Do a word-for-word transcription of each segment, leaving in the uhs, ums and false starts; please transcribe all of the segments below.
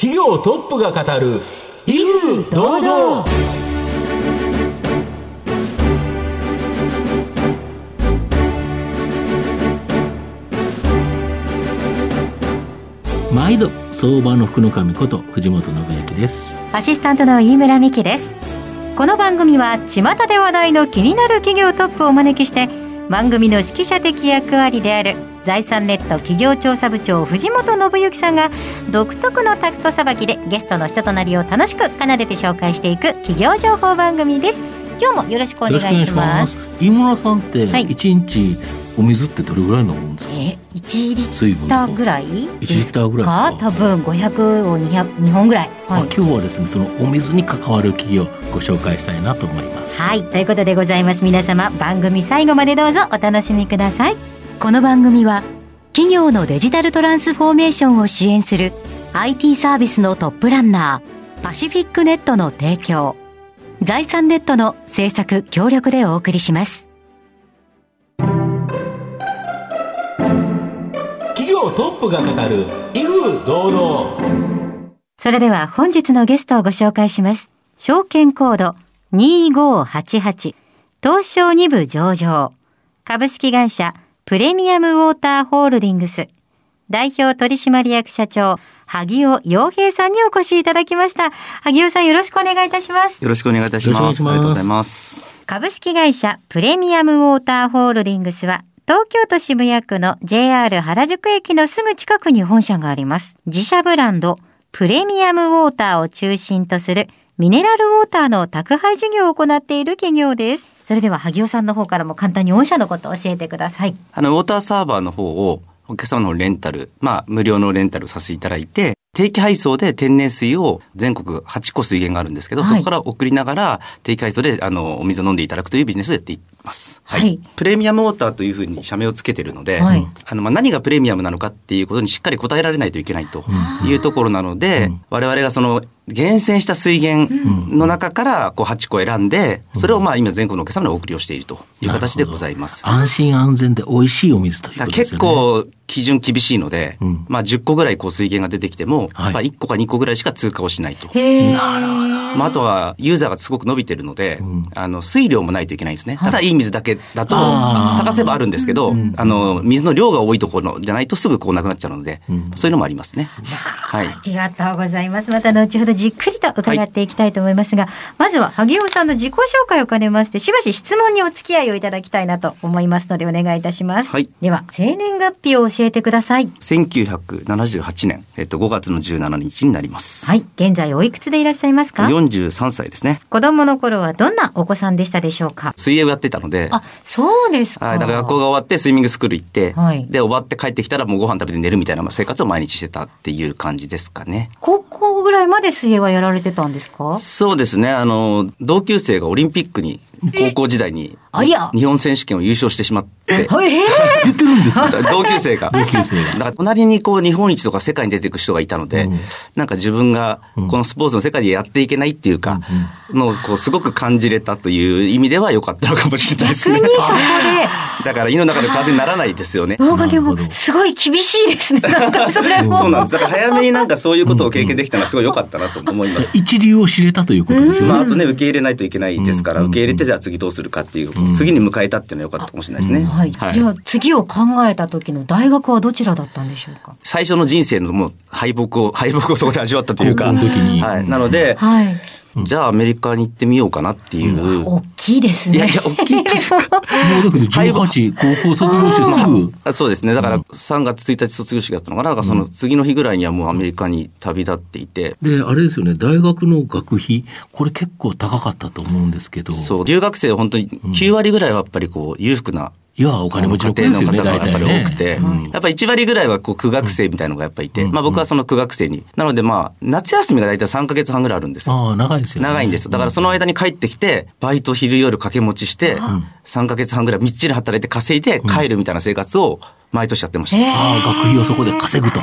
企業トップが語る威風堂々。 毎度相場の福の神こと藤本信之です。 アシスタントの飯村美希です。この番組は巷で話題の気になる企業トップをお招きして、番組の指揮者的役割である財産ネット企業調査部長藤本信之さんが独特のタクトさばきでゲストの人となりを楽しく奏でて紹介していく企業情報番組です。今日もよろしくお願いします。 飯村さんっていちにちお水ってどれぐらい飲むんですか？ えいちリッターぐらいですか？ いちリッターぐらいですか？ 多分ごひゃくをにひゃくにほんぐらい、はい、 今日はですねそのお水に関わる企業をご紹介したいなと思います。 はい、ということでございます。皆様番組最後までどうぞお楽しみください。この番組は企業のデジタルトランスフォーメーションを支援する アイティー サービスのトップランナーパシフィックネットの提供、財産ネットの制作協力でお送りします。 企業トップが語る威風堂々。 それでは本日のゲストをご紹介します。証券コードにごはちはち東証に部上場株式会社プレミアムウォーターホールディングス代表取締役社長萩尾洋平さんにお越しいただきました。萩尾さん、よろしくお願いいたします。 よろしくお願いいたします。ありがとうございます。 株式会社プレミアムウォーターホールディングスは東京都渋谷区の ジェイアール 原宿駅のすぐ近くに本社があります。自社ブランドプレミアムウォーターを中心とするミネラルウォーターの宅配事業を行っている企業です。それでは萩尾さんの方からも簡単に御社のことを教えてください。 あのウォーターサーバーの方をお客様のレンタル、まあ無料のレンタルさせていただいて、定期配送で天然水を全国はちこ水源があるんですけど、はい、そこから送りながら定期配送であのお水を飲んでいただくというビジネスをやっています。はい。はい、プレミアムウォーターというふうに社名をつけているので、はい、あのまあ何がプレミアムなのかっていうことにしっかり答えられないといけないというところなので、うん、我々がその厳選した水源の中からこうはちこ選んで、それをまあ今全国のお客様にお送りをしているという形でございます。 安心安全で美味しいお水ということですよね。 結構基準厳しいので、うん、まあじゅっこぐらいこう水源が出てきても、はい、やっぱいっこかにこぐらいしか通過をしないと。 へなるほど。 まあ、あとはユーザーがすごく伸びてるので、うん、あの水量もないといけないんですね。ただいい水だけだと探せばあるんですけど、うん、あの水の量が多いところじゃないとすぐこうなくなっちゃうので、うん、そういうのもありますね。 はい。ありがとうございます。また後ほどじっくりと伺っていきたいと思いますが、はい、まずは萩尾さんの自己紹介を兼ねまして、しばし質問にお付き合いをいただきたいなと思いますのでお願いいたします。はい。では生年月日を教えてください。 せんきゅうひゃくななじゅうはちねん、えっと、ごがつのじゅうしちにちになります。 はい。現在おいくつでいらっしゃいますか？ よんじゅうさんさいですね。 子供の頃はどんなお子さんでしたでしょうか？ 水泳をやってたので。 あ、そうですか。 はい。だから学校が終わってスイミングスクール行って、はい、で終わって帰ってきたらもうご飯食べて寝るみたいな生活を毎日してたっていう感じですかね。 高校ぐらいまで水泳はやられてたんですか？ そうですね。あの同級生がオリンピックに高校時代に日本選手権を優勝してしまって、 え出てるんですか？ 同級生が。 同級生が。 だから隣にこう日本一とか世界に出ていく人がいたので、うん、なんか自分がこのスポーツの世界でやっていけないっていうか、うん、のをこうすごく感じれたという意味では良かったのかもしれないですね。 逆にそこで。 だから胃の中で風にならないですよね。 なんかでもすごい厳しいですね。なんかそれも。 そうなんです。だから早めになんかそういうことを経験できたのはすごい良かったなと思います。 一流を知れたということですよね。 まああとね受け入れないといけないですから、受け入れてじゃあ次どうするかっていう、うん、次に迎えたっていうのは良かったかもしれないですね。 はい。はい、じゃあ次を考えた時の大学はどちらだったんでしょうか？ 最初の人生のもう敗北を敗北をそこで味わったというか、はい。なので。はい。じゃあアメリカに行ってみようかなっていう。うん、 大きいですね。 いやいや、大きいですか。もうだけどじゅうはち、高校卒業してすぐ。 あそうですね。だからさんがつついたち卒業式だったのかな。だからその次の日ぐらいにはもうアメリカに旅立っていて。 で、あれですよね。大学の学費、これ結構高かったと思うんですけど。 そう。留学生は本当にきゅうわりぐらいはやっぱりこう裕福な。 いや、お金持ちの子ですよね、 家庭の方がやっぱり多くて、ね、やっぱりいちわりぐらいはこう苦学生みたいなのがやっぱりいて、うん、まあ僕はその苦学生に、なのでまあ夏休みが大体さんかげつはんぐらいあるんですよ。 ああ、長いですよね。 長いんですよ。だからその間に帰ってきて、バイト昼夜掛け持ちして、うん、さんかげつはんぐらいみっちり働いて稼いで帰るみたいな生活を毎年やってました。 うん、ああ、学費をそこで稼ぐと。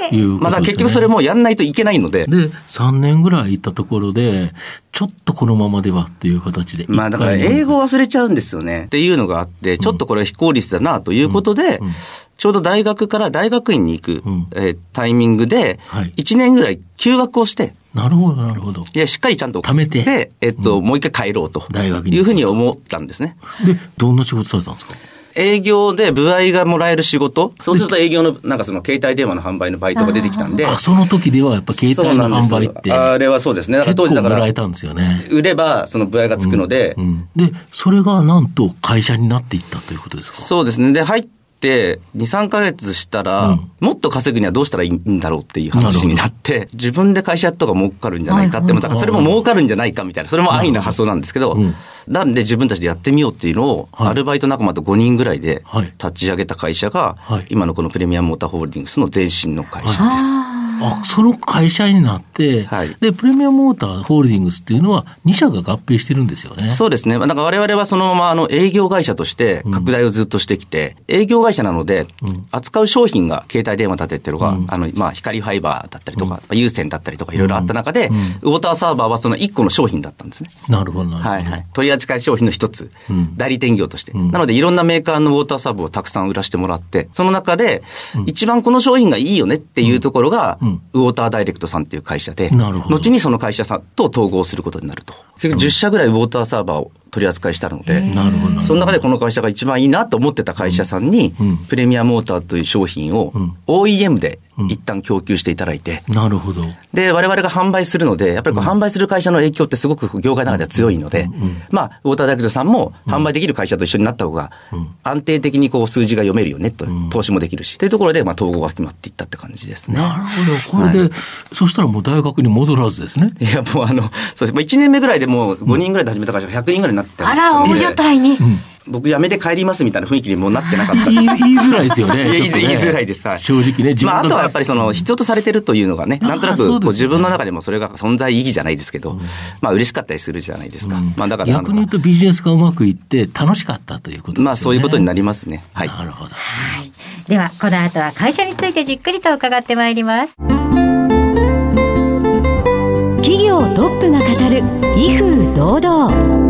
いうことですね。 まあ、結局それもやんないといけないので。 で、さんねんぐらい行ったところで、ちょっとこのままではっていう形で。 まあだから英語忘れちゃうんですよね。っていうのがあって、ちょっとこれは非効率だなということで、うんうん、ちょうど大学から大学院に行く、うんえー、タイミングで、いちねんぐらい休学をして、 なるほど、なるほど。 いや、しっかりちゃんと。 貯めて。 で、えっと、うん、もう一回帰ろうと。大学に。いうふうに思ったんですね。 で、どんな仕事されたんですか？ 営業で歩合がもらえる仕事。そうすると営業の、なんかその携帯電話の販売のバイトが出てきたんで。 あ、その時ではやっぱ携帯の販売って。 あれはそうですね。だから当時だから。 結構もらえたんですよね。 売れば、その歩合がつくので、 うんうん。で、それがなんと会社になっていったということですか？ そうですね。で、入って、で、に、さんかげつしたら、うん、もっと稼ぐにはどうしたらいいんだろうっていう話になって、自分で会社やった方が儲かるんじゃないかって、だからそれも儲かるんじゃないかみたいな、それも安易な発想なんですけど、うん、なんで自分たちでやってみようっていうのを、はい、アルバイト仲間とごにんぐらいで立ち上げた会社が、はい、今のこのプレミアムモーターホールディングスの前身の会社です。 はいあ、その会社になって、はい、で、プレミアムモーターホールディングスっていうのはに社が合併してるんですよね。 そうですね。だから我々はそのままあの営業会社として拡大をずっとしてきて、うん、営業会社なので、うん、扱う商品が携帯電話立てっていうのが、うん、あの、まあ、光ファイバーだったりとか、うん、有線だったりとかいろいろあった中で、うん、ウォーターサーバーはそのいっこの商品だったんですね。 なるほど、なるほど。 はいはい。取り扱い商品の一つ、うん、代理店業として、うん。なのでいろんなメーカーのウォーターサーバーをたくさん売らせてもらって、その中で、うん、一番この商品がいいよねっていうところが、うん、ウォーターダイレクトさんっていう会社で、後にその会社さんと統合することになると。結局じゅっ社ぐらいウォーターサーバーを取り扱いしたので、なるほど。その中でこの会社が一番いいなと思ってた会社さんに、うん、プレミアムモーターという商品を オーイーエム で一旦供給していただいて、 うん、なるほど。 で、我々が販売するので、やっぱりこう販売する会社の影響ってすごく業界の中では強いので、うんうん、まあ、ウォーターダイレクトさんも販売できる会社と一緒になった方が、安定的にこう数字が読めるよねと、うん、投資もできるし、というところで、まあ、統合が決まっていったって感じですね。 なるほど。これで、はい、そしたらもう大学に戻らずですね。 いや、もうあの、そうです。いちねんめぐらいでもうごにんぐらいで始めた会社がひゃくにんぐらいになって、 あら、大所帯に。うん僕辞めて帰りますみたいな雰囲気にもうなってなかった言いづらいですよね。 言いづらいです。 正直ね。 まああとはやっぱりその必要とされてるというのがね、なんとなくこう自分の中でもそれが存在意義じゃないですけど、まあ嬉しかったりするじゃないですか。まあだから逆に言うとビジネスがうまくいって楽しかったということですね。 まあそういうことになりますね。はい。 なるほど。 はい。ではこの後は会社についてじっくりと伺ってまいります。 企業トップが語る威風堂々。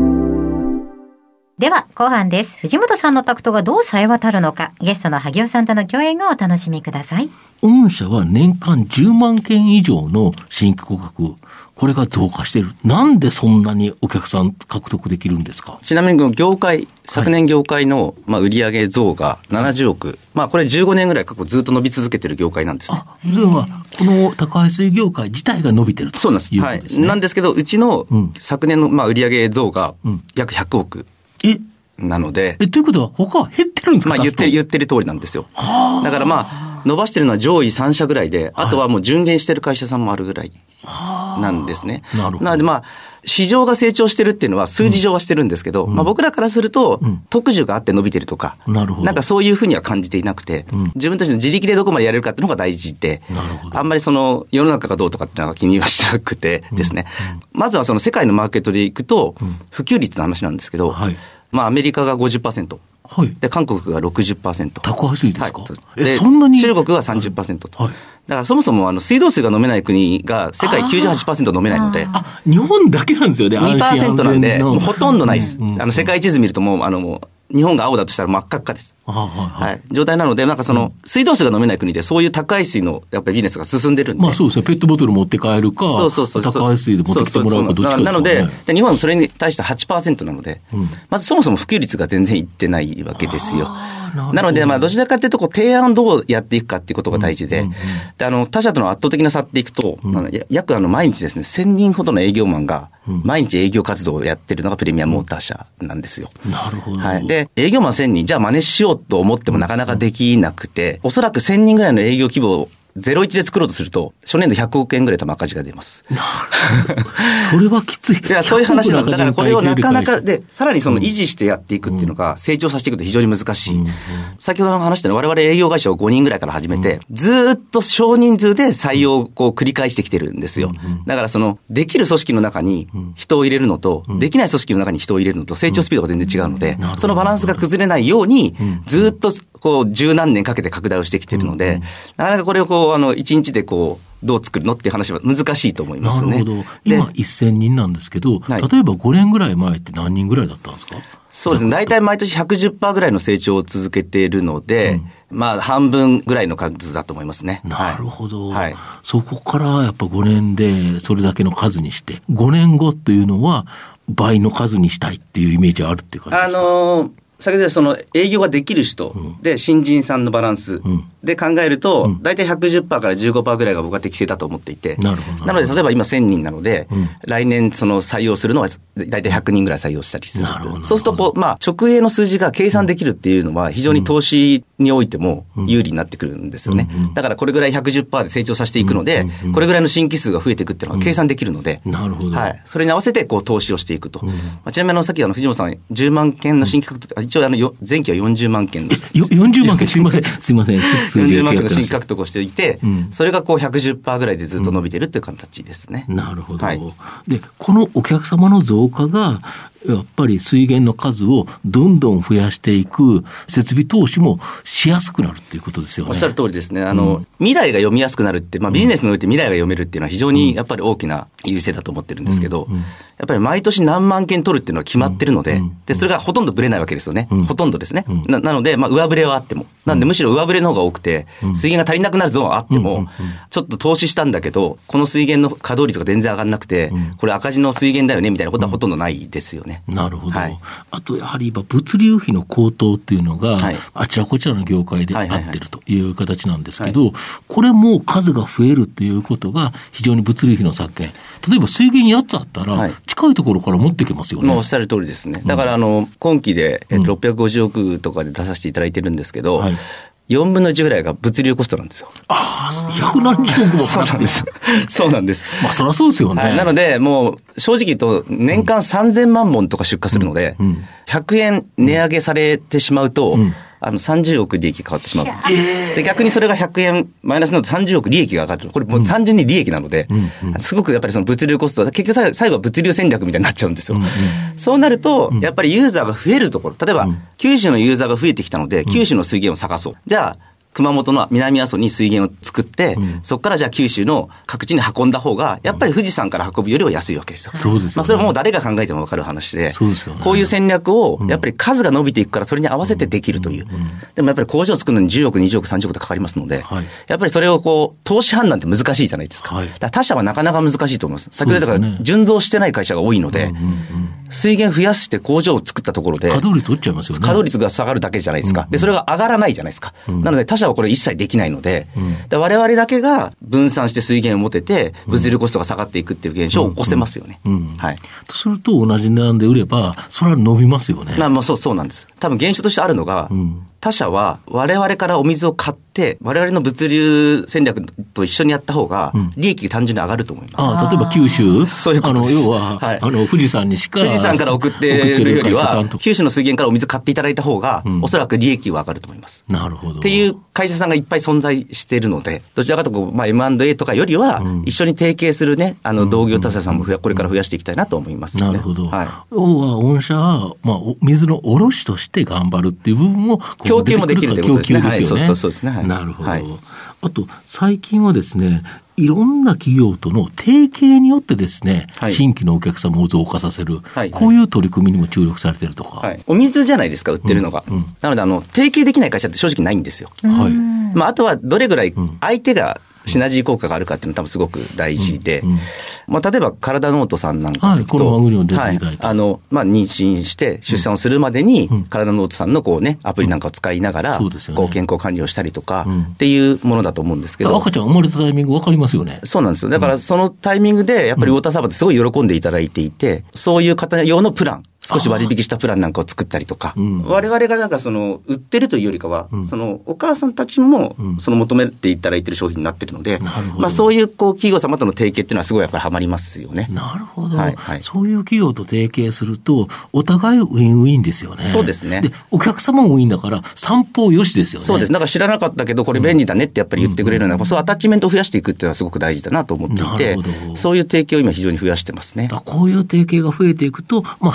では後半です。藤本さんのタクトがどう冴え渡るのか、ゲストの萩尾さんとの共演をお楽しみください。 御社は年間じゅうまんけん以上の新規顧客、これが増加している。なんでそんなにお客さん獲得できるんですか？ ちなみに業界、昨年業界の、まあ、売上増がななじゅうおく、まあこれじゅうごねんぐらい過去ずっと伸び続けてる業界なんですね。 あ、それはこの高排水業界自体が伸びてるということですね。 そうなんです。はい。なんですけど、うちの昨年の、まあ、売上増が約ひゃくおく。 えなので。 え、ということは他は減ってるんですか？ まあ言ってる、言ってる通りなんですよ。だからまあ、伸ばしてるのは上位さん社ぐらいで、あとはもう順減してる会社さんもあるぐらいなんですね。 なるほど。 なのでまあ、市場が成長してるっていうのは数字上はしてるんですけど、うん、まあ僕らからすると、うん、特需があって伸びてるとか、なるほど。なんかそういうふうには感じていなくて、うん、自分たちの自力でどこまでやれるかっていうのが大事で、なるほど。あんまりその世の中がどうとかっていうのは気にはしなくてですね。うんうん、まずはその世界のマーケットでいくと、普及率の話なんですけど、はい、まあアメリカが ごじゅっパーセント。はい。で、韓国が ろくじゅっパーセント。 高いですか？ はい。 え、そんなに？ 中国が さんじゅっパーセントと。はい。だからそもそもあの水道水が飲めない国が世界 きゅうじゅうはちパーセント 飲めないので。 あ、日本だけなんですよね。 にパーセント なんで、もうほとんどないです。うんうんうん、あの世界地図見るともう、あのもう、日本が青だとしたら真っ赤っかです。はいはいはい。状態なので、なんかその、水道水が飲めない国でそういう高い水のやっぱりビジネスが進んでるんで。 まあそうですね。ペットボトル持って帰るか、そうそうそう高い水で持ってきてもらうかどっちかですよね。 なので、日本はそれに対して はちパーセント なので、うん、まずそもそも普及率が全然いってないわけですよ。なので、まあ、どちらかというと、こう、提案をどうやっていくかっていうことが大事で、うんうんうん、で、あの、他社との圧倒的な差っていくと、うん、約あの、毎日ですね、せんにんほどの営業マンが、毎日営業活動をやってるのがプレミアムモーター社なんですよ。 うん、なるほど。 はい。で、営業マンせんにん、じゃあ真似しようと思ってもなかなかできなくて、おそらくせんにんぐらいの営業規模を、ゼロイチで作ろうとすると、初年度ひゃくおくえんぐらい多分赤字が出ます。 なるほど。それはきつい。 いや、そういう話なんです。だからこれをなかなか、で、さらにその維持してやっていくっていうのが、成長させていくと非常に難しい。うんうん、先ほどの話したのは我々営業会社をごにんぐらいから始めて、うん、ずーっと少人数で採用をこう繰り返してきてるんですよ。うんうん、だからその、できる組織の中に人を入れるのと、うん、できない組織の中に人を入れるのと成長スピードが全然違うので、うん、そのバランスが崩れないように、ずーっとこう十何年かけて拡大をしてきているので、うんうん、なかなかこれをこうあのいちにちでこうどう作るのっていう話は難しいと思いますね。 なるほど。今せんにんなんですけど、はい、例えばごねんぐらい前って何人ぐらいだったんですか？ そうですね。大体毎年 ひゃくじゅっパーセント ぐらいの成長を続けているので、うん、まあ半分ぐらいの数だと思いますね。 なるほど。はい。そこからやっぱごねんでそれだけの数にして、ごねんごっていうのは倍の数にしたいっていうイメージあるっていう感じですか？あのー先ほどその営業ができる人で新人さんのバランスで考えると、大体 ひゃくじゅっパーセント から じゅうごパーセント ぐらいが僕は適正だと思っていて、なるほど。なので例えば今せんにんなので、来年その採用するのは大体ひゃくにんぐらい採用したりする。そうするとこう、まあ直営の数字が計算できるっていうのは非常に投資においても有利になってくるんですよね。だからこれぐらい ひゃくじゅっパーセント で成長させていくので、これぐらいの新規数が増えていくっていうのは計算できるので、なるほど。はい。それに合わせてこう投資をしていくと。ちなみにあのさっきあの藤本さんじゅうまんけんの新規獲得、一応あの前期はよんじゅうまんけんの。 よんじゅうまんけんすいません。すいません。ちょっと数字が違ってました。よんじゅうまんけんの新規獲得をしていて、うん、それがこう ひゃくじゅっパーセント ぐらいでずっと伸びてるっていう形ですね。 うん、なるほど、はい。で、このお客様の増加が、やっぱり水源の数をどんどん増やしていく設備投資もしやすくなるっていうことですよね。 おっしゃる通りですね。あの、うん、未来が読みやすくなるって、まあビジネスにおいて未来が読めるっていうのは非常にやっぱり大きな優勢だと思ってるんですけど、うんうん、やっぱり毎年何万件取るっていうのは決まってるので、うんうん、で、それがほとんどブレないわけですよね。うん、ほとんどですね。うん、な, なので、まあ上振れはあっても、なんでむしろ上振れの方が多くて、うん、水源が足りなくなるゾーンはあっても、うんうんうん、ちょっと投資したんだけど、この水源の稼働率が全然上がらなくて、うん、これ赤字の水源だよねみたいなことはほとんどないですよね。 うん、なるほど。はい、あとやはり今物流費の高騰っていうのが、はい、あちらこちらの業界であってるという形なんですけど、はいはいはい、これも数が増えるっていうことが非常に物流費の削減。例えば水源やつあったら、はい、近いところから持ってきますよね。 もうおっしゃる通りですね。だからあの、うん、今期でろっぴゃくごじゅうおくとかで出させていただいてるんですけど、はい、よんぶんのいちぐらいが物流コストなんですよ。 ああ、百何十億もそうなんです。そうなんです。 まあ、そりゃそうですよね。 はい、なので、もう、正直言うと、年間さんぜんまんぼんとか出荷するので、うんうん、ひゃくえん値上げされてしまうと、うんあの、さんじゅうおく利益変わってしまう。えー、で、逆にそれがひゃくえんマイナスになるとさんじゅうおく利益が上がる。これもう単純に利益なので、うんうん、すごくやっぱりその物流コスト、結局最後は物流戦略みたいになっちゃうんですよ。うんうん、そうなると、やっぱりユーザーが増えるところ、例えば、九州のユーザーが増えてきたので、九州の水源を探そう。じゃあ、熊本の南阿蘇に水源を作って、うん、そこからじゃあ九州の各地に運んだ方が、やっぱり富士山から運ぶよりは安いわけですよ。 そうですよね。 まあそれはもう誰が考えても分かる話で、 そうですよね。 こういう戦略を、やっぱり数が伸びていくから、それに合わせてできるという。うんうんうん、でもやっぱり工場を作るのにじゅうおく、にじゅうおく、さんじゅうおくとかかりますので、はい、やっぱりそれをこう、投資判断って難しいじゃないですか。はい、だから他社はなかなか難しいと思います。先ほど言ったから、純増してない会社が多いので、うんうんうん、水源増やして工場を作ったところで、 稼働率取っちゃいますよね。 稼働率が下がるだけじゃないですか。うんうん、で、それが上がらないじゃないですか。うん、なので他社はこれ一切できないので、うん、で我々だけが分散して水源を持てて物流コストが下がっていくっていう現象を起こせますよね。うんうんうん、はい。 とすると同じ値段で売ればそれは伸びますよね。 まあ、まあそうそうなんです。多分現象としてあるのが、うん、他社は我々からお水を買って我々の物流戦略と一緒にやった方が利益が単純に上がると思います。 うん、ああ、例えば九州、 そういうことです。 あの要は、はい、あの富士山にしか富士山から送っているよりは九州の水源からお水買っていただいた方が、うん、おそらく利益は上がると思います。 なるほど。 っていう会社さんがいっぱい存在しているので、どちらかというと、まあ、エムアンドエー とかよりは一緒に提携するね、あの同業他社さんもこれから増やしていきたいなと思いますよね。 なるほど。はい、要は御社は、まあ、水の卸として頑張るっていう部分も供給もできるということですね。 供給ですよね。 はい、そうそうそうですね。はい、 なるほど。はい、あと最近はですね、いろんな企業との提携によってですね、はい、新規のお客様を増加させる、はい、こういう取り組みにも注力されているとか、 はい、お水じゃないですか売ってるのが、うんうん、なのであの提携できない会社って正直ないんですよ。はい、まあ、あとはどれぐらい相手がシナジー効果があるかっていうのは多分すごく大事で、うんうん、まあ、例えば体ノートさんなんかでいくと、はい、この番組にも出ていただいた、はい、あの、まあ、妊娠して出産をするまでに、うん、体ノートさんのこうね、アプリなんかを使いながら、うん、ね、こう健康管理をしたりとか、うん、っていうものだと思うんですけど。 赤ちゃん生まれたタイミング分かりますよね。 そうなんですよ。だからそのタイミングで、やっぱりウォーターサーバーってすごい喜んでいただいていて、そういう方用のプラン、少し割引したプランなんかを作ったりとか、うん、我々がなんかその売ってるというよりかは、うん、そのお母さんたちもその求めていただいている商品になっているので、うん、まあ、そういうこう企業様との提携っていうのはすごいやっぱりハマりますよね。 なるほど、はいはい、そういう企業と提携するとお互いウィンウィンですよね。 そうですね。 でお客様もウィンだから三方よしですよね。 そうです。なんか知らなかったけどこれ便利だねってやっぱり言ってくれるような、うん、そういうアタッチメントを増やしていくっていうのはすごく大事だなと思っていて、そういう提携を今非常に増やしてますね。 だこういう提携が増えていくと、まあ、そこか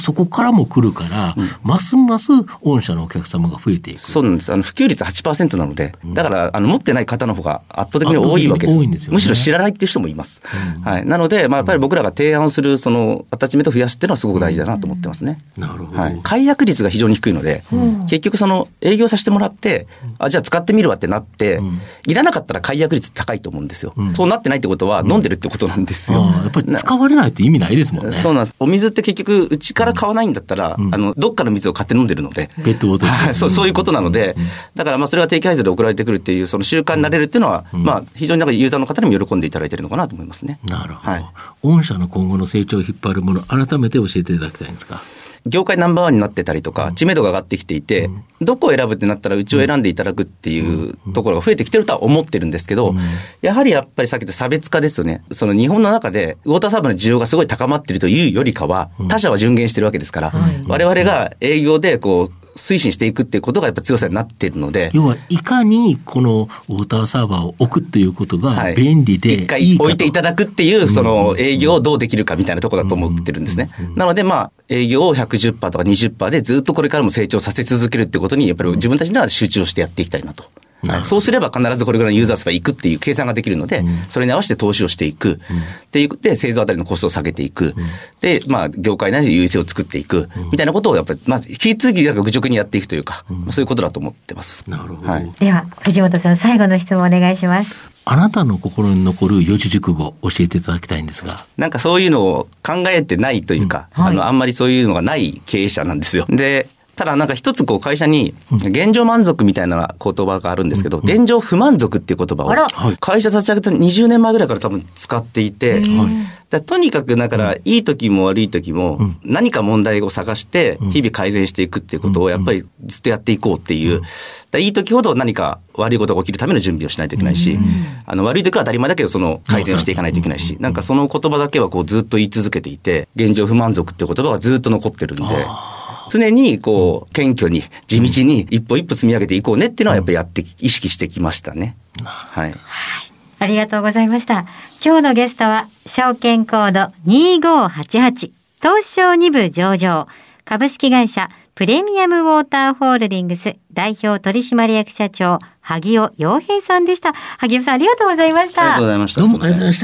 からも来るから、うん、ますます御社のお客様が増えていく。 そうなんです。あの普及率 はちパーセント なので、うん、だからあの持ってない方の方が圧倒的に多いわけです。 多いんですよね。 むしろ知らないっていう人もいます。うん、はい。なので、まあ、やっぱり僕らが提案をするそのアタッチメントを増やすっていうのはすごく大事だなと思ってますね。 うん、なるほど。 はい。解約率が非常に低いので、うん、結局その営業させてもらって、あ、じゃあ使ってみるわってなって、うん、いらなかったら解約率高いと思うんですよ。うん、そうなってないってことは飲んでるってことなんですよ。うん、 やっぱり使われないって意味ないですもんね。 そうなんです。お水って結局うちから買わないんだったら、うん、あのどっかの水を買って飲んでるので、 ペットボトル、 はい、そう、そういうことなので、うん、だからまあそれが定期配送で送られてくるっていうその習慣になれるっていうのは、うん、まあ非常になんかユーザーの方にも喜んでいただいているのかなと思いますね。 なるほど。はい、御社の今後の成長を引っ張るもの、改めて教えていただきたいんですか。 業界ナンバーワンになってたりとか、知名度が上がってきていて、うん、どこを選ぶってなったらうちを選んでいただくっていうところが増えてきてるとは思ってるんですけど、うん、やはりやっぱりさっき言った差別化ですよね。その日本の中でウォーターサーバーの需要がすごい高まっているというよりかは、他社は順減してるわけですから、うん、我々が営業でこう推進していくっていうことがやっぱ強さになっているので、 要はいかにこのウォーターサーバーを置くということが便利でいいかと、はい、 一回置いていただくっていうその営業をどうできるかみたいなところだと思ってるんですね。なのでまあ営業を ひゃくじゅっパーセント とか にじゅっパーセント でずっとこれからも成長させ続けるってことにやっぱり自分たちでは集中をしてやっていきたいなと。はい、そうすれば必ずこれぐらいのユーザー数が行くっていう計算ができるので、うん、それに合わせて投資をしていく、うん、っていうで製造あたりのコストを下げていく、うん、でまあ業界内で優位性を作っていく、うん、みたいなことをやっぱりまず引き継ぎなんか愚直にやっていくというか、うんまあ、そういうことだと思ってます。 なるほど。 はい、では藤本さん最後の質問お願いします。 あなたの心に残る四字熟語教えていただきたいんですが。 なんかそういうのを考えてないというか、うんはい、あのあんまりそういうのがない経営者なんですよ。でただなんか一つこう会社に現状満足みたいな言葉があるんですけど、うん、現状不満足っていう言葉を会社立ち上げたにじゅうねんまえぐらいから多分使っていて、だとにかくだからいい時も悪い時も何か問題を探して日々改善していくっていうことをやっぱりずっとやっていこうっていう、だいい時ほど何か悪いことが起きるための準備をしないといけないし、あの悪い時は当たり前だけどその改善をしていかないといけないし、なんかその言葉だけはこうずっと言い続けていて、現状不満足っていう言葉がずっと残ってるんで、常にこう謙虚に地道に一歩一歩積み上げていこうねっていうのはやっぱりやって意識してきましたね。はい。 ありがとうございました。今日のゲストは証券コードにごはちはち東証に部上場株式会社プレミアムウォーターホールディングス代表取締役社長萩尾洋平さんでした。萩尾さんありがとうございました。 ありがとうございました。 どうもありがとうございました。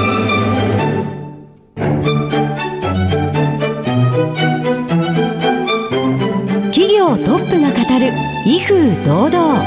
企業トップが語る威風堂々。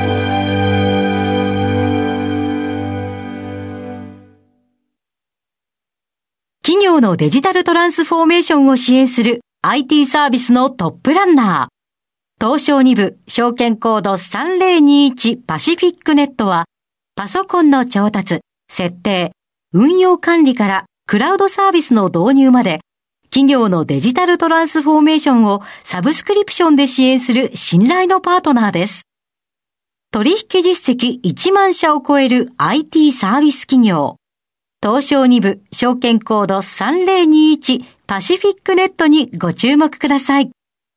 企業のデジタルトランスフォーメーションを支援する アイティー サービスのトップランナー。東証に部証券コードさんぜろにいちパシフィックネットはパソコンの調達、設定、運用管理からクラウドサービスの導入まで企業のデジタルトランスフォーメーションをサブスクリプションで支援する信頼のパートナーです。取引実績いちまん社を超える アイティー サービス企業。東証に部証券コードさんぜろにいちパシフィックネットにご注目ください。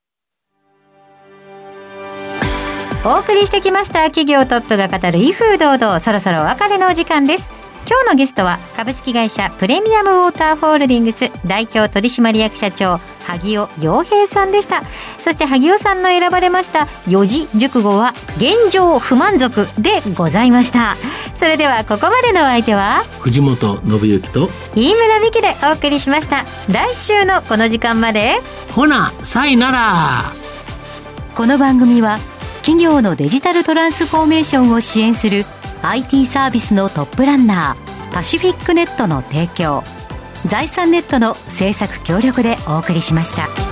お送りしてきました企業トップが語る威風堂々、そろそろお別れのお時間です。今日のゲストは株式会社プレミアムウォーターホールディングス代表取締役社長萩尾洋平さんでした。そして萩尾さんの選ばれました四字熟語は現状不満足でございました。それではここまでのお相手は藤本信之と飯村美希でお送りしました。来週のこの時間までほなさいなら。 この番組は企業のデジタルトランスフォーメーションを支援するアイティー サービスのトップランナーパシフィックネットの提供、財産ネットの制作協力でお送りしました。